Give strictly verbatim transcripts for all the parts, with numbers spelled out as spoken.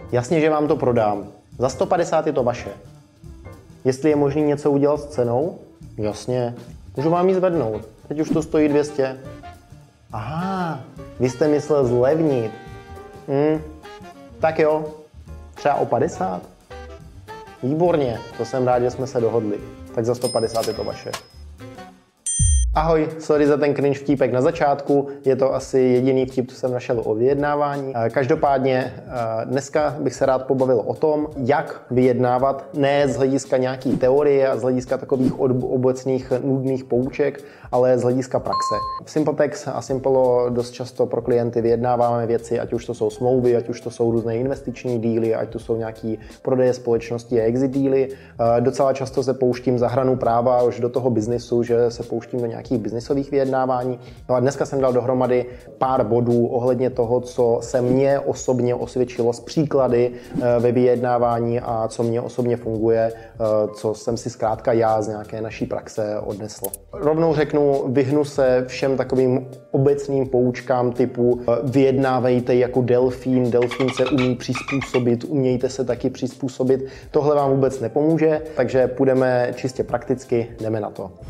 Jasně, že vám to prodám. Za sto padesát je to vaše. Jestli je možné něco udělat s cenou? Jasně. Můžu vám ji zvednout. Teď už to stojí dvě stě. Aha, vy jste myslel zlevnit. Hm, tak jo, třeba o padesát? Výborně, to jsem rád, že jsme se dohodli. Tak za sto padesát je to vaše. Ahoj, sorry za ten cringe vtípek na začátku, je to asi jediný vtip, co jsem našel o vyjednávání. Každopádně dneska bych se rád pobavil o tom, jak vyjednávat, ne z hlediska nějaký teorie a z hlediska takových obecných nudných pouček, ale z hlediska praxe. V Simpletex a Simplo dost často pro klienty vyjednáváme věci, ať už to jsou smlouvy, ať už to jsou různé investiční díly, ať to jsou nějaký prodeje společnosti a exit díly. Docela často se pouštím za hranu práva už do toho biznisu, že se pouštím do nějakých biznisových vyjednávání. No a dneska jsem dal dohromady pár bodů ohledně toho, co se mně osobně osvědčilo z příklady ve vyjednávání a co mně osobně funguje, co jsem si zkrátka já z nějaké naší praxe odnesl. Rovnou řeknu, vyhnu se všem takovým obecným poučkám typu vyjednávejte jako delfín, delfín se umí přizpůsobit, umějte se taky přizpůsobit. Tohle vám vůbec nepomůže, takže půjdeme čistě prakticky, jdeme na to.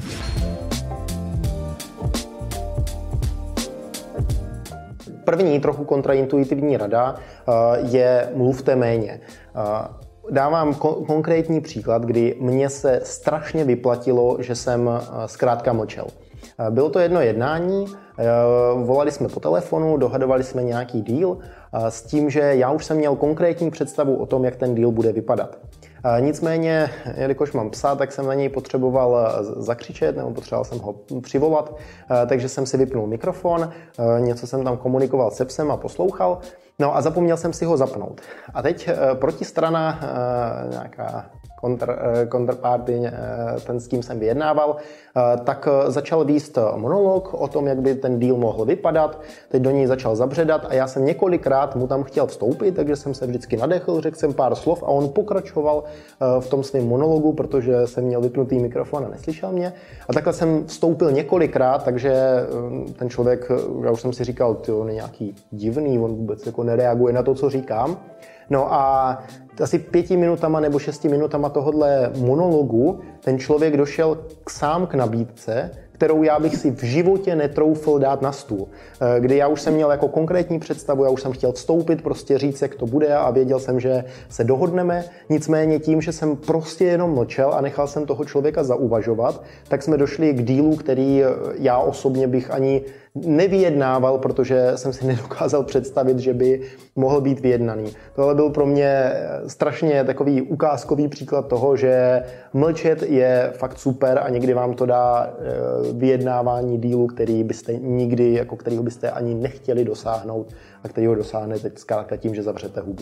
První trochu kontraintuitivní rada je mluvte méně. Dávám konkrétní příklad, kdy mně se strašně vyplatilo, že jsem zkrátka mlčel. Bylo to jedno jednání, volali jsme po telefonu, dohadovali jsme nějaký deal s tím, že já už jsem měl konkrétní představu o tom, jak ten deal bude vypadat. Nicméně, jelikož mám psa, tak jsem na něj potřeboval zakřičet, nebo potřeboval jsem ho přivolat, takže jsem si vypnul mikrofon, něco jsem tam komunikoval se psem a poslouchal, no a zapomněl jsem si ho zapnout. A teď protistrana, nějaká counterparty, ten s kým jsem vyjednával, tak začal vést monolog o tom, jak by ten deal mohl vypadat. Teď do něj začal zabředat a já jsem několikrát mu tam chtěl vstoupit, takže jsem se vždycky nadechl, řekl jsem pár slov a on pokračoval v tom svém monologu, protože jsem měl vypnutý mikrofon a neslyšel mě. A takhle jsem vstoupil několikrát, takže ten člověk, já už jsem si říkal, ty, on je nějaký divný, on vůbec jako nereaguje na to, co říkám. No a asi pěti minutama nebo šesti minutama tohodle monologu ten člověk došel k sám k nabídce, kterou já bych si v životě netroufl dát na stůl. Kdy já už jsem měl jako konkrétní představu, já už jsem chtěl vstoupit, prostě říct, jak to bude a věděl jsem, že se dohodneme. Nicméně tím, že jsem prostě jenom mlčel a nechal jsem toho člověka zauvažovat, tak jsme došli k dílu, který já osobně bych ani nevyjednával, protože jsem si nedokázal představit, že by mohl být vyjednaný. Tohle byl pro mě strašně takový ukázkový příklad toho, že mlčet je fakt super a někdy vám to dá vyjednávání dílu, který byste nikdy, jako kterýho byste ani nechtěli dosáhnout a kterýho dosáhnete zkrátka tím, že zavřete hubu.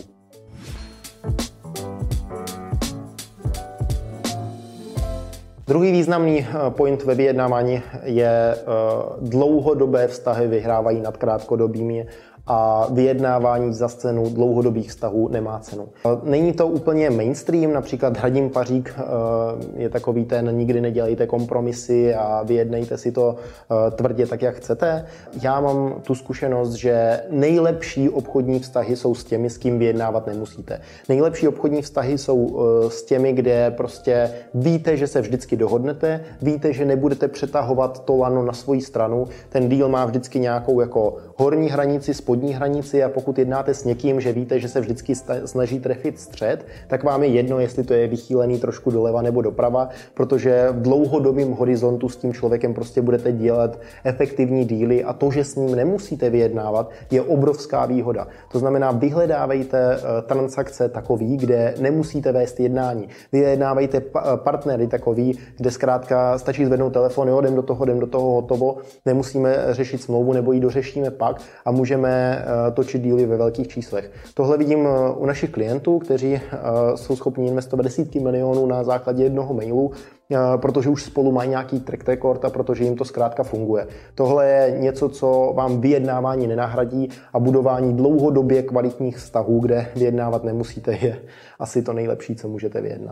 Druhý významný point ve vyjednávání je dlouhodobé vztahy vyhrávají nad krátkodobými a vyjednávání za cenu dlouhodobých vztahů nemá cenu. Není to úplně mainstream, například Hradím Pařík je takový ten nikdy nedělejte kompromisy a vyjednejte si to tvrdě tak, jak chcete. Já mám tu zkušenost, že nejlepší obchodní vztahy jsou s těmi, s kým vyjednávat nemusíte. Nejlepší obchodní vztahy jsou s těmi, kde prostě víte, že se vždycky dohodnete, víte, že nebudete přetahovat to lano na svoji stranu. Ten deal má vždycky nějakou jako horní hranici, spodní hranici a pokud jednáte s někým, že víte, že se vždycky snaží trefit střed, tak vám je jedno, jestli to je vychýlený trošku doleva nebo doprava, protože v dlouhodobém horizontu s tím člověkem prostě budete dělat efektivní díly a to, že s ním nemusíte vyjednávat, je obrovská výhoda. To znamená, vyhledávejte transakce takový, kde nemusíte vést jednání. Vyjednávejte partnery takový, kde zkrátka stačí zvednout telefon, jo, jdem do toho, jdem do toho, hotovo, nemusíme řešit smlouvu nebo ji dořešíme pak a můžeme točit díly ve velkých číslech. Tohle vidím u našich klientů, kteří jsou schopni investovat desítky milionů na základě jednoho mailu, protože už spolu mají nějaký track record a protože jim to zkrátka funguje. Tohle je něco, co vám vyjednávání nenahradí a budování dlouhodobě kvalitních vztahů, kde vyjednávat nemusíte, je asi to nejlepší, co můžete vyjednat.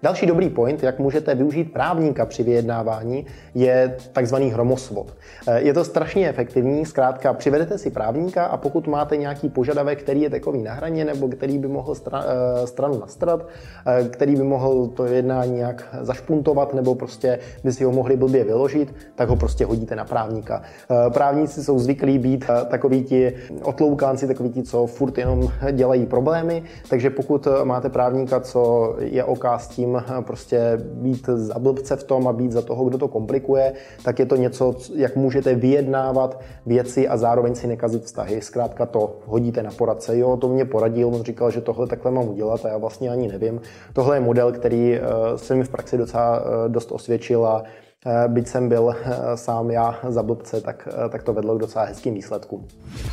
Další dobrý point, jak můžete využít právníka při vyjednávání, je takzvaný hromosvod. Je to strašně efektivní, zkrátka přivedete si právníka a pokud máte nějaký požadavek, který je takový na hraně nebo který by mohl stra, stranu nastrat, který by mohl to jednání nějak zašpuntovat nebo prostě by si ho mohli blbě vyložit, tak ho prostě hodíte na právníka. Právníci jsou zvyklí být takoví ti otloukánci, takoví ti, co furt jenom dělají problémy, takže pokud máte právníka, co je OK s tím prostě být za blbce v tom a být za toho, kdo to komplikuje, tak je to něco, jak můžete vyjednávat věci a zároveň si nekazit vztahy. Zkrátka to hodíte na poradce. Jo, to mě poradil, on říkal, že tohle takhle mám udělat a já vlastně ani nevím. Tohle je model, který se mi v praxi docela dost osvědčil a byť jsem byl sám já za blbce, tak, tak to vedlo k docela hezkým výsledkům.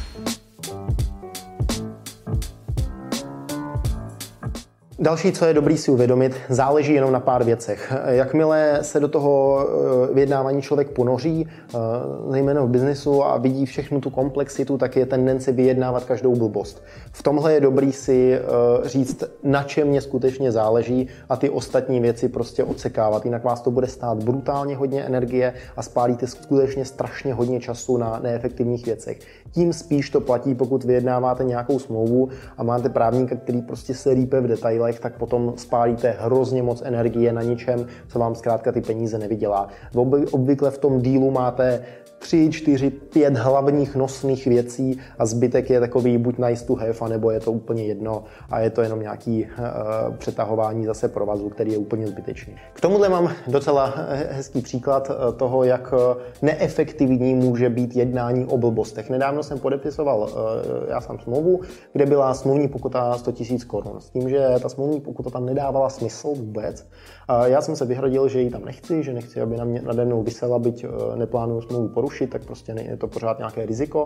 Další, co je dobrý si uvědomit, záleží jenom na pár věcech. Jakmile se do toho vyjednávání člověk ponoří, zejména v biznesu a vidí všechnu tu komplexitu, tak je tendence vyjednávat každou blbost. V tomhle je dobrý si říct, na čem mě skutečně záleží a ty ostatní věci prostě odsekávat. Jinak vás to bude stát brutálně hodně energie a spálíte skutečně strašně hodně času na neefektivních věcech. Tím spíš to platí, pokud vyjednáváte nějakou smlouvu a máte právníka, který prostě se rýpe v detailech, tak potom spálíte hrozně moc energie na ničem, co vám zkrátka ty peníze nevydělá. Obvykle v tom dílu máte tři, čtyři, pět hlavních nosných věcí a zbytek je takový buď nice to have, anebo je to úplně jedno a je to jenom nějaký uh, přetahování zase provazu, který je úplně zbytečný. K tomuhle mám docela hezký příklad toho, jak neefektivní může být jednání o blbostech. Nedávno jsem podepisoval uh, já sám smlouvu, kde byla smluvní pokuta sto tisíc korun. S tím, že ta smluvní pokuta tam nedávala smysl vůbec. Uh, já jsem se vyhradil, že ji tam nechci, že nechci, aby na mě nade mnou visela, byť uh, neplánuju smlouvu porušit, tak prostě je to pořád nějaké riziko.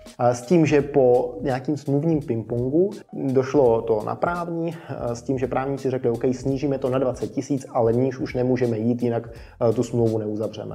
S tím, že po nějakým smluvním pingpongu došlo to na právní, s tím, že právníci řekli, OK, snížíme to na dvacet tisíc, ale níž už nemůžeme jít, jinak tu smlouvu neuzavřeme.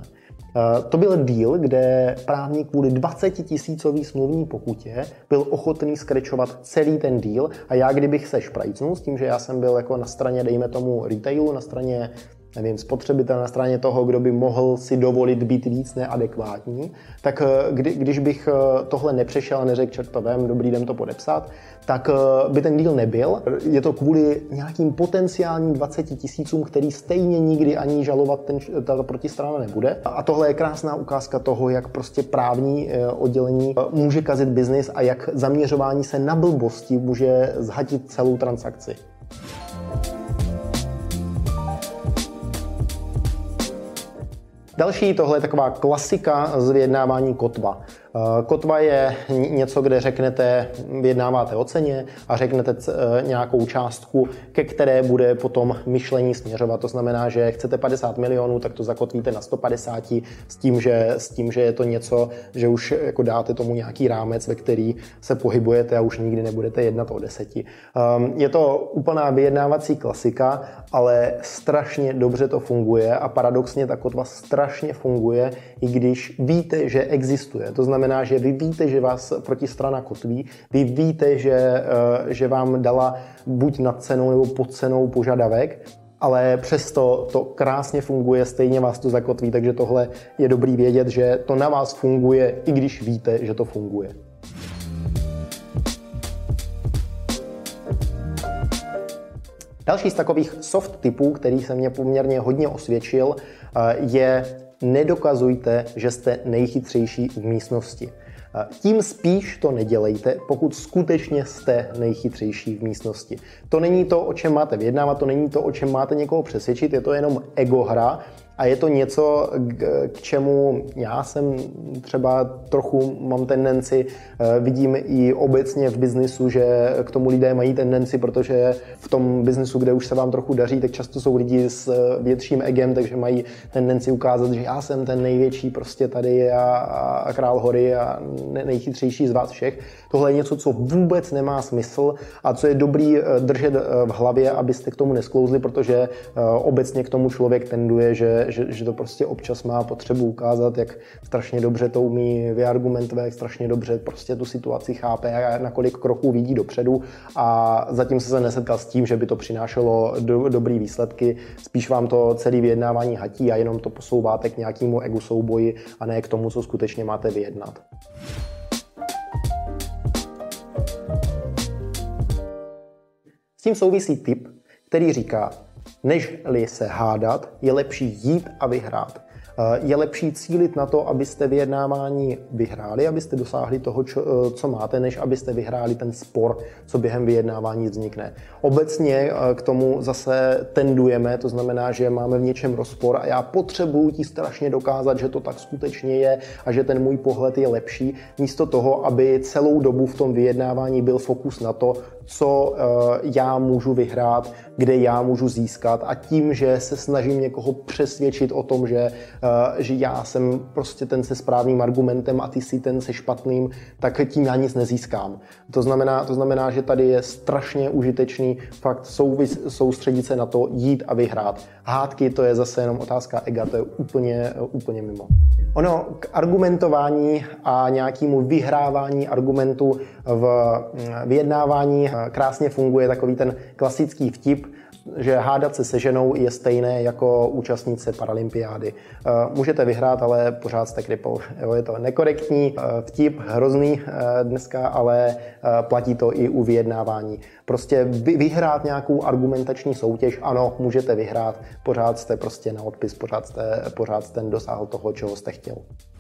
To byl deal, kde právník kvůli dvacetitisícový smluvní pokutě byl ochotný skrečovat celý ten deal a já kdybych se šprajcnul s tím, že já jsem byl jako na straně, dejme tomu, retailu, na straně nevím, spotřebitel, na straně toho, kdo by mohl si dovolit být víc neadekvátní, tak kdy, když bych tohle nepřešel a neřekl, čert to vem, dobrý, jdem to podepsat, tak by ten deal nebyl. Je to kvůli nějakým potenciálním dvaceti tisícům, který stejně nikdy ani žalovat ten, ta protistrana nebude. A tohle je krásná ukázka toho, jak prostě právní oddělení může kazit biznis a jak zaměřování se na blbosti může zhatit celou transakci. Další, tohle je taková klasika z vyjednávání kotva. Kotva je něco, kde řeknete, vyjednáváte o ceně a řeknete nějakou částku, ke které bude potom myšlení směřovat. To znamená, že chcete padesát milionů, tak to zakotvíte na sto padesát s tím, že, s tím, že je to něco, že už jako dáte tomu nějaký rámec, ve který se pohybujete a už nikdy nebudete jednat o deseti. Je to úplná vyjednávací klasika, ale strašně dobře to funguje a paradoxně ta kotva strašně funguje, i když víte, že existuje. To znamená, že vy víte, že vás protistrana kotví, vy víte, že, že vám dala buď nad cenou nebo pod cenou požadavek, ale přesto to krásně funguje, stejně vás to zakotví, takže tohle je dobrý vědět, že to na vás funguje, i když víte, že to funguje. Další z takových soft typů, který se mě poměrně hodně osvědčil, je nedokazujte, že jste nejchytřejší v místnosti. Tím spíš to nedělejte, pokud skutečně jste nejchytřejší v místnosti. To není to, o čem máte vyjednávat, to není to, o čem máte někoho přesvědčit, je to jenom ego hra a je to něco, k čemu já jsem třeba trochu mám tendenci, vidím i obecně v biznisu, že k tomu lidé mají tendenci, protože v tom biznisu, kde už se vám trochu daří, tak často jsou lidi s větším egem, takže mají tendenci ukázat, že já jsem ten největší prostě tady a, a král hory a nejchytřejší z vás všech. Tohle je něco, co vůbec nemá smysl a co je dobrý držet v hlavě, abyste k tomu nesklouzli, protože obecně k tomu člověk tenduje, že že, že to prostě občas má potřebu ukázat, jak strašně dobře to umí vyargumentovat, jak strašně dobře prostě tu situaci chápe a na kolik kroků vidí dopředu a zatím se nesetkal s tím, že by to přinášelo do, dobrý výsledky. Spíš vám to celé vyjednávání hatí a jenom to posouváte k nějakému egu souboji a ne k tomu, co skutečně máte vyjednat. S tím souvisí tip, který říká, než-li se hádat, je lepší jít a vyhrát. Je lepší cílit na to, abyste vyjednávání vyhráli, abyste dosáhli toho, co máte, než abyste vyhráli ten spor, co během vyjednávání vznikne. Obecně k tomu zase tendujeme, to znamená, že máme v něčem rozpor a já potřebuji ti strašně dokázat, že to tak skutečně je a že ten můj pohled je lepší, místo toho, aby celou dobu v tom vyjednávání byl fokus na to, co já můžu vyhrát, kde já můžu získat a tím, že se snažím někoho přesvědčit o tom, že, že já jsem prostě ten se správným argumentem a ty si ten se špatným, tak tím já nic nezískám. To znamená, to znamená, že tady je strašně užitečný fakt souvis, soustředit se na to, jít a vyhrát. Hádky, to je zase jenom otázka ega, to je úplně, úplně mimo. Ono k argumentování a nějakému vyhrávání argumentu v vyjednávání krásně funguje takový ten klasický vtip, že hádat se se ženou je stejné jako účastnit se paralympiády. Můžete vyhrát, ale pořád jste kripl. Jo, je to nekorektní vtip, hrozný dneska, ale platí to i u vyjednávání. Prostě vyhrát nějakou argumentační soutěž, ano, můžete vyhrát, pořád jste prostě na odpis, pořád jste, pořád jste dosáhl toho, čeho jste chtěl.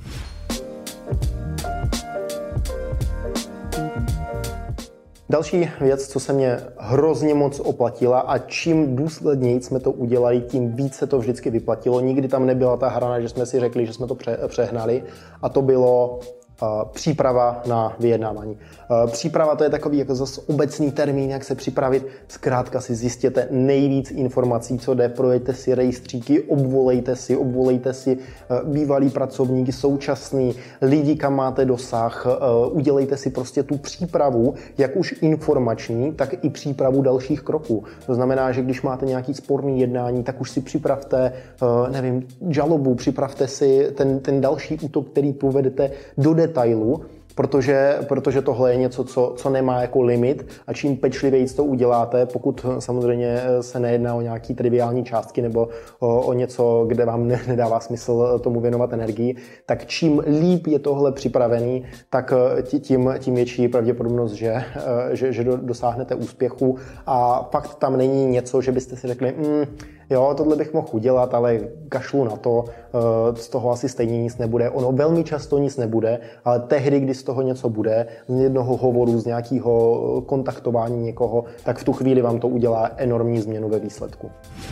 Další věc, co se mě hrozně moc oplatila a čím důsledněji jsme to udělali, tím víc se to vždycky vyplatilo. Nikdy tam nebyla ta hrana, že jsme si řekli, že jsme to přehnali a to bylo příprava na vyjednávání. Příprava to je takový jako zase obecný termín, jak se připravit. Zkrátka si zjistěte nejvíc informací, co jde, projďte si rejstříky, obvolejte si, obvolejte si bývalý pracovníky, současný, lidi, kam máte dosah, udělejte si prostě tu přípravu, jak už informační, tak i přípravu dalších kroků. To znamená, že když máte nějaký sporný jednání, tak už si připravte, nevím, žalobu, připravte si ten, ten další útok, který povedete do detailu, protože, protože tohle je něco, co, co nemá jako limit a čím pečlivěji to uděláte, pokud samozřejmě se nejedná o nějaký triviální částky nebo o, o něco, kde vám ne, nedává smysl tomu věnovat energii, tak čím líp je tohle připravený, tak tím, tím větší pravděpodobnost, že, že, že dosáhnete úspěchu a fakt tam není něco, že byste si řekli, mm, jo, tohle bych mohl udělat, ale kašlu na to, z toho asi stejně nic nebude. Ono velmi často nic nebude, ale tehdy, kdy z toho něco bude, z jednoho hovoru, z nějakého kontaktování někoho, tak v tu chvíli vám to udělá enormní změnu ve výsledku.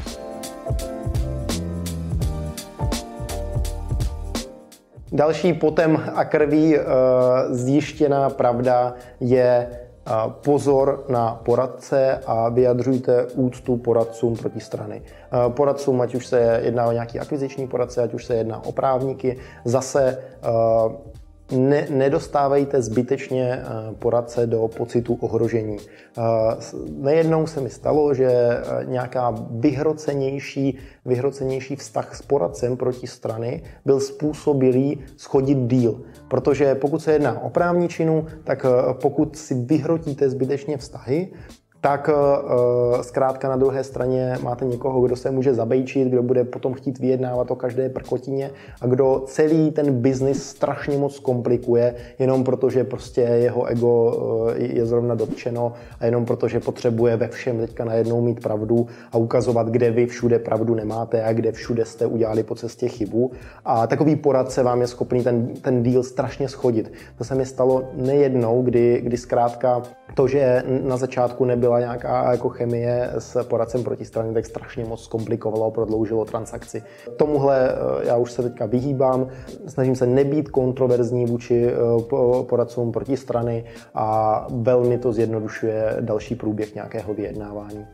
Další potem a krví zjištěná pravda je pozor na poradce a vyjadřujte úctu poradcům protistrany. Poradcům, ať už se jedná o nějaký akviziční poradce, ať už se jedná o právníky, zase Ne, nedostávejte zbytečně poradce do pocitu ohrožení. Nejednou se mi stalo, že nějaká vyhrocenější, vyhrocenější vztah s poradcem proti strany byl způsobilý schodit deal. Protože pokud se jedná o právničinu, tak pokud si vyhrotíte zbytečně vztahy, tak uh, zkrátka na druhé straně máte někoho, kdo se může zabejčit, kdo bude potom chtít vyjednávat o každé prkotině a kdo celý ten biznis strašně moc komplikuje, jenom protože prostě jeho ego uh, je zrovna dotčeno a jenom protože potřebuje ve všem teďka najednou mít pravdu a ukazovat, kde vy všude pravdu nemáte a kde všude jste udělali po cestě chybu. A takový poradce vám je schopný ten, ten deal strašně schodit. To se mi stalo nejednou, kdy, kdy zkrátka to, že na začátku nebyla nějaká jako chemie s poradcem protistrany, tak strašně moc zkomplikovalo a prodloužilo transakci. Tomuhle já už se teďka vyhýbám, snažím se nebýt kontroverzní vůči poradcům protistrany a velmi to zjednodušuje další průběh nějakého vyjednávání.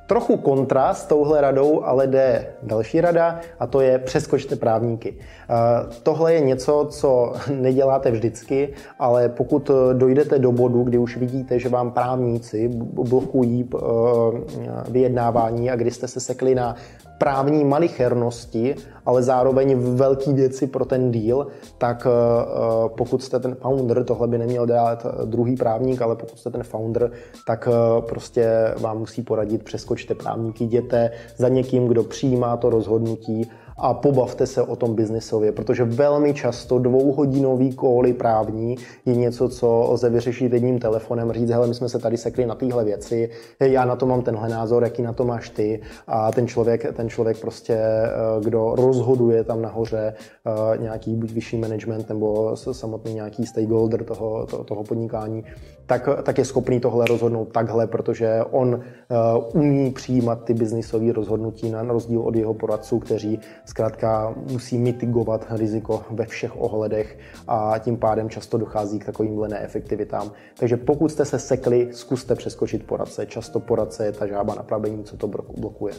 Trochu kontra s touhle radou, ale jde další rada a to je přeskočte právníky. Tohle je něco, co neděláte vždycky, ale pokud dojdete do bodu, kdy už vidíte, že vám právníci blokují vyjednávání a kdy jste se sekli na právní malichernosti, ale zároveň velké věci pro ten deal, tak pokud jste ten founder, tohle by neměl dělat druhý právník, ale pokud jste ten founder, tak prostě vám musí poradit, přeskočte právníky, jděte za někým, kdo přijímá to rozhodnutí a pobavte se o tom biznisově, protože velmi často dvouhodinový cally právní je něco, co lze vyřešit jedním telefonem, říct, hele, my jsme se tady sekli na téhle věci, hej, já na to mám tenhle názor, jaký na to máš ty, a ten člověk, ten člověk prostě, kdo rozhoduje tam nahoře, nějaký buď vyšší management nebo samotný nějaký stakeholder toho, to, toho podnikání, tak, tak je schopný tohle rozhodnout takhle, protože on umí přijímat ty biznisové rozhodnutí na rozdíl od jeho poradců, kteří zkrátka musí mitigovat riziko ve všech ohledech a tím pádem často dochází k takovýmhle neefektivitám. Takže pokud jste se sekli, zkuste přeskočit poradce. Často poradce je ta žába na pramení, co to blokuje.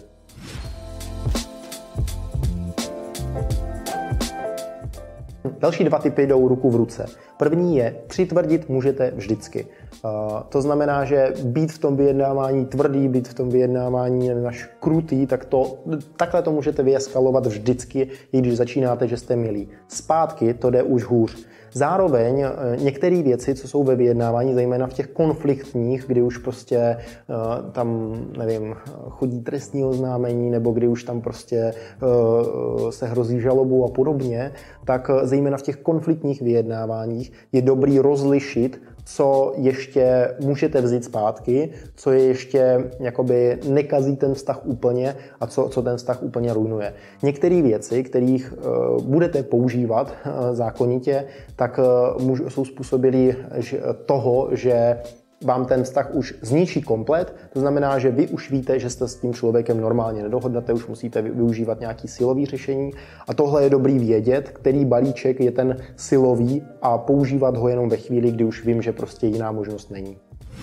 Další dva typy jdou ruku v ruce. První je, přitvrdit můžete vždycky. Uh, to znamená, že být v tom vyjednávání tvrdý, být v tom vyjednávání nevím, až krutý, tak to, takhle to můžete vyeskalovat vždycky, i když začínáte, že jste milí. Zpátky to jde už hůř. Zároveň některé věci, co jsou ve vyjednávání, zejména v těch konfliktních, kdy už prostě uh, tam, nevím, chodí trestní oznámení, nebo kdy už tam prostě uh, se hrozí žalobou a podobně, tak zejména v těch konfliktních vyjednáváních je dobrý rozlišit, co ještě můžete vzít zpátky, co je ještě jakoby nekazí ten vztah úplně a co, co ten vztah úplně ruinuje. Některé věci, kterých uh, budete používat uh, zákonitě, tak uh, můž, jsou způsobily toho, že vám ten vztah už zničí komplet, to znamená, že vy už víte, že jste s tím člověkem normálně nedohodnete, už musíte využívat nějaký silový řešení a tohle je dobrý vědět, který balíček je ten silový a používat ho jenom ve chvíli, kdy už vím, že prostě jiná možnost není.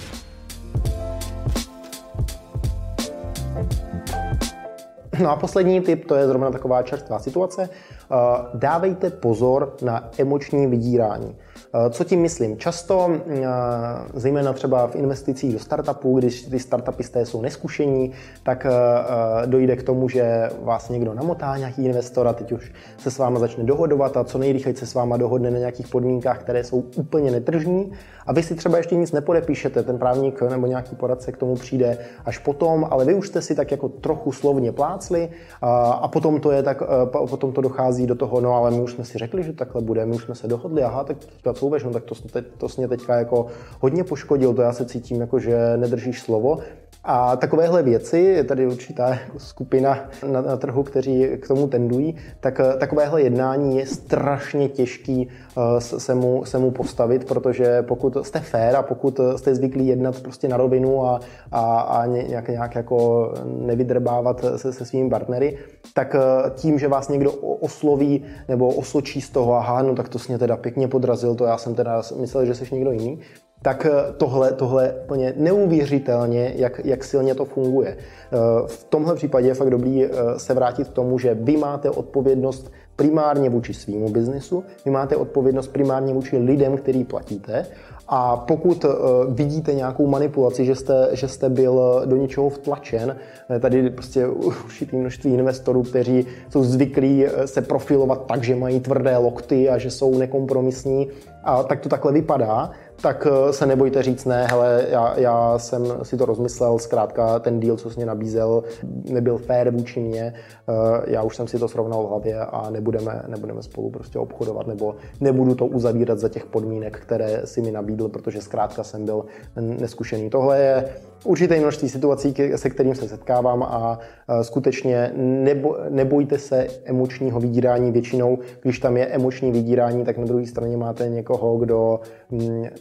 No a poslední tip, to je zrovna taková čerstvá situace. Dávejte pozor na emoční vydírání. Co tím myslím? Často, zejména třeba v investicích do startupů, když ty startupisté jsou neskušení, tak dojde k tomu, že vás někdo namotá, nějaký investor, a teď už se s váma začne dohodovat a co nejrychleji se s váma dohodne na nějakých podmínkách, které jsou úplně netržní. A vy si třeba ještě nic nepodepíšete, ten právník nebo nějaký poradce k tomu přijde až potom, ale vy už jste si tak jako trochu slovně plácli a potom to je tak, potom to dochází do toho, no ale my už jsme si řekli, že takhle bude, my už jsme se dohodli, aha, tak co uveš, no tak to, to, to jsi mě teďka jako hodně poškodil, to já se cítím jako, že nedržíš slovo. A takovéhle věci, je tady určitá skupina na, na trhu, kteří k tomu tendují, tak takovéhle jednání je strašně těžký uh, se, mu, se mu postavit, protože pokud jste fair a pokud jste zvyklí jednat prostě na rovinu a, a, a nějak, nějak jako nevydrbávat se, se svými partnery, tak uh, tím, že vás někdo osloví nebo osočí z toho, aha, no tak to jsi mě teda pěkně podrazil, to já jsem teda myslel, že jsi někdo jiný, tak tohle, tohle úplně neuvěřitelně, jak, jak silně to funguje. V tomhle případě je fakt dobrý se vrátit k tomu, že vy máte odpovědnost primárně vůči svýmu biznesu, vy máte odpovědnost primárně vůči lidem, který platíte, a pokud uh, vidíte nějakou manipulaci, že jste, že jste byl do něčeho vtlačen, tady prostě určitý množství investorů, kteří jsou zvyklí se profilovat tak, že mají tvrdé lokty a že jsou nekompromisní, a tak to takhle vypadá, tak se nebojte říct ne, hele, já, já jsem si to rozmyslel, zkrátka ten deal, co jsi mě nabízel, nebyl fair vůči mně, já už jsem si to srovnal v hlavě a nebudeme, nebudeme spolu prostě obchodovat, nebo nebudu to uzavírat za těch podmínek, které si mi nabídl, protože zkrátka jsem byl neskušený. Tohle je určité množství situací, se kterým se setkávám, a skutečně nebo, nebojte se emočního vydírání. Většinou, když tam je emoční vydírání, tak na druhé straně máte někoho, kdo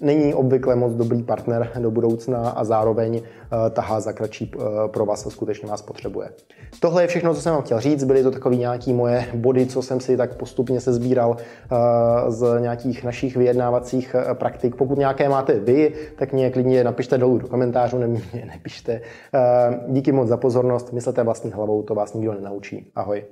není obvykle moc dobrý partner do budoucna a zároveň tahá za kratší pro vás a skutečně vás potřebuje. Tohle je všechno, co jsem vám chtěl říct. Byly to takové nějaké moje body, co jsem si tak postupně se sbíral z nějakých našich vyjednávacích praktik. Pokud nějaké máte vy, tak mě klidně napište dolů do komentářů, ne, nepište. Díky moc za pozornost, myslete vlastní hlavou, to vás nikdo nenaučí. Ahoj.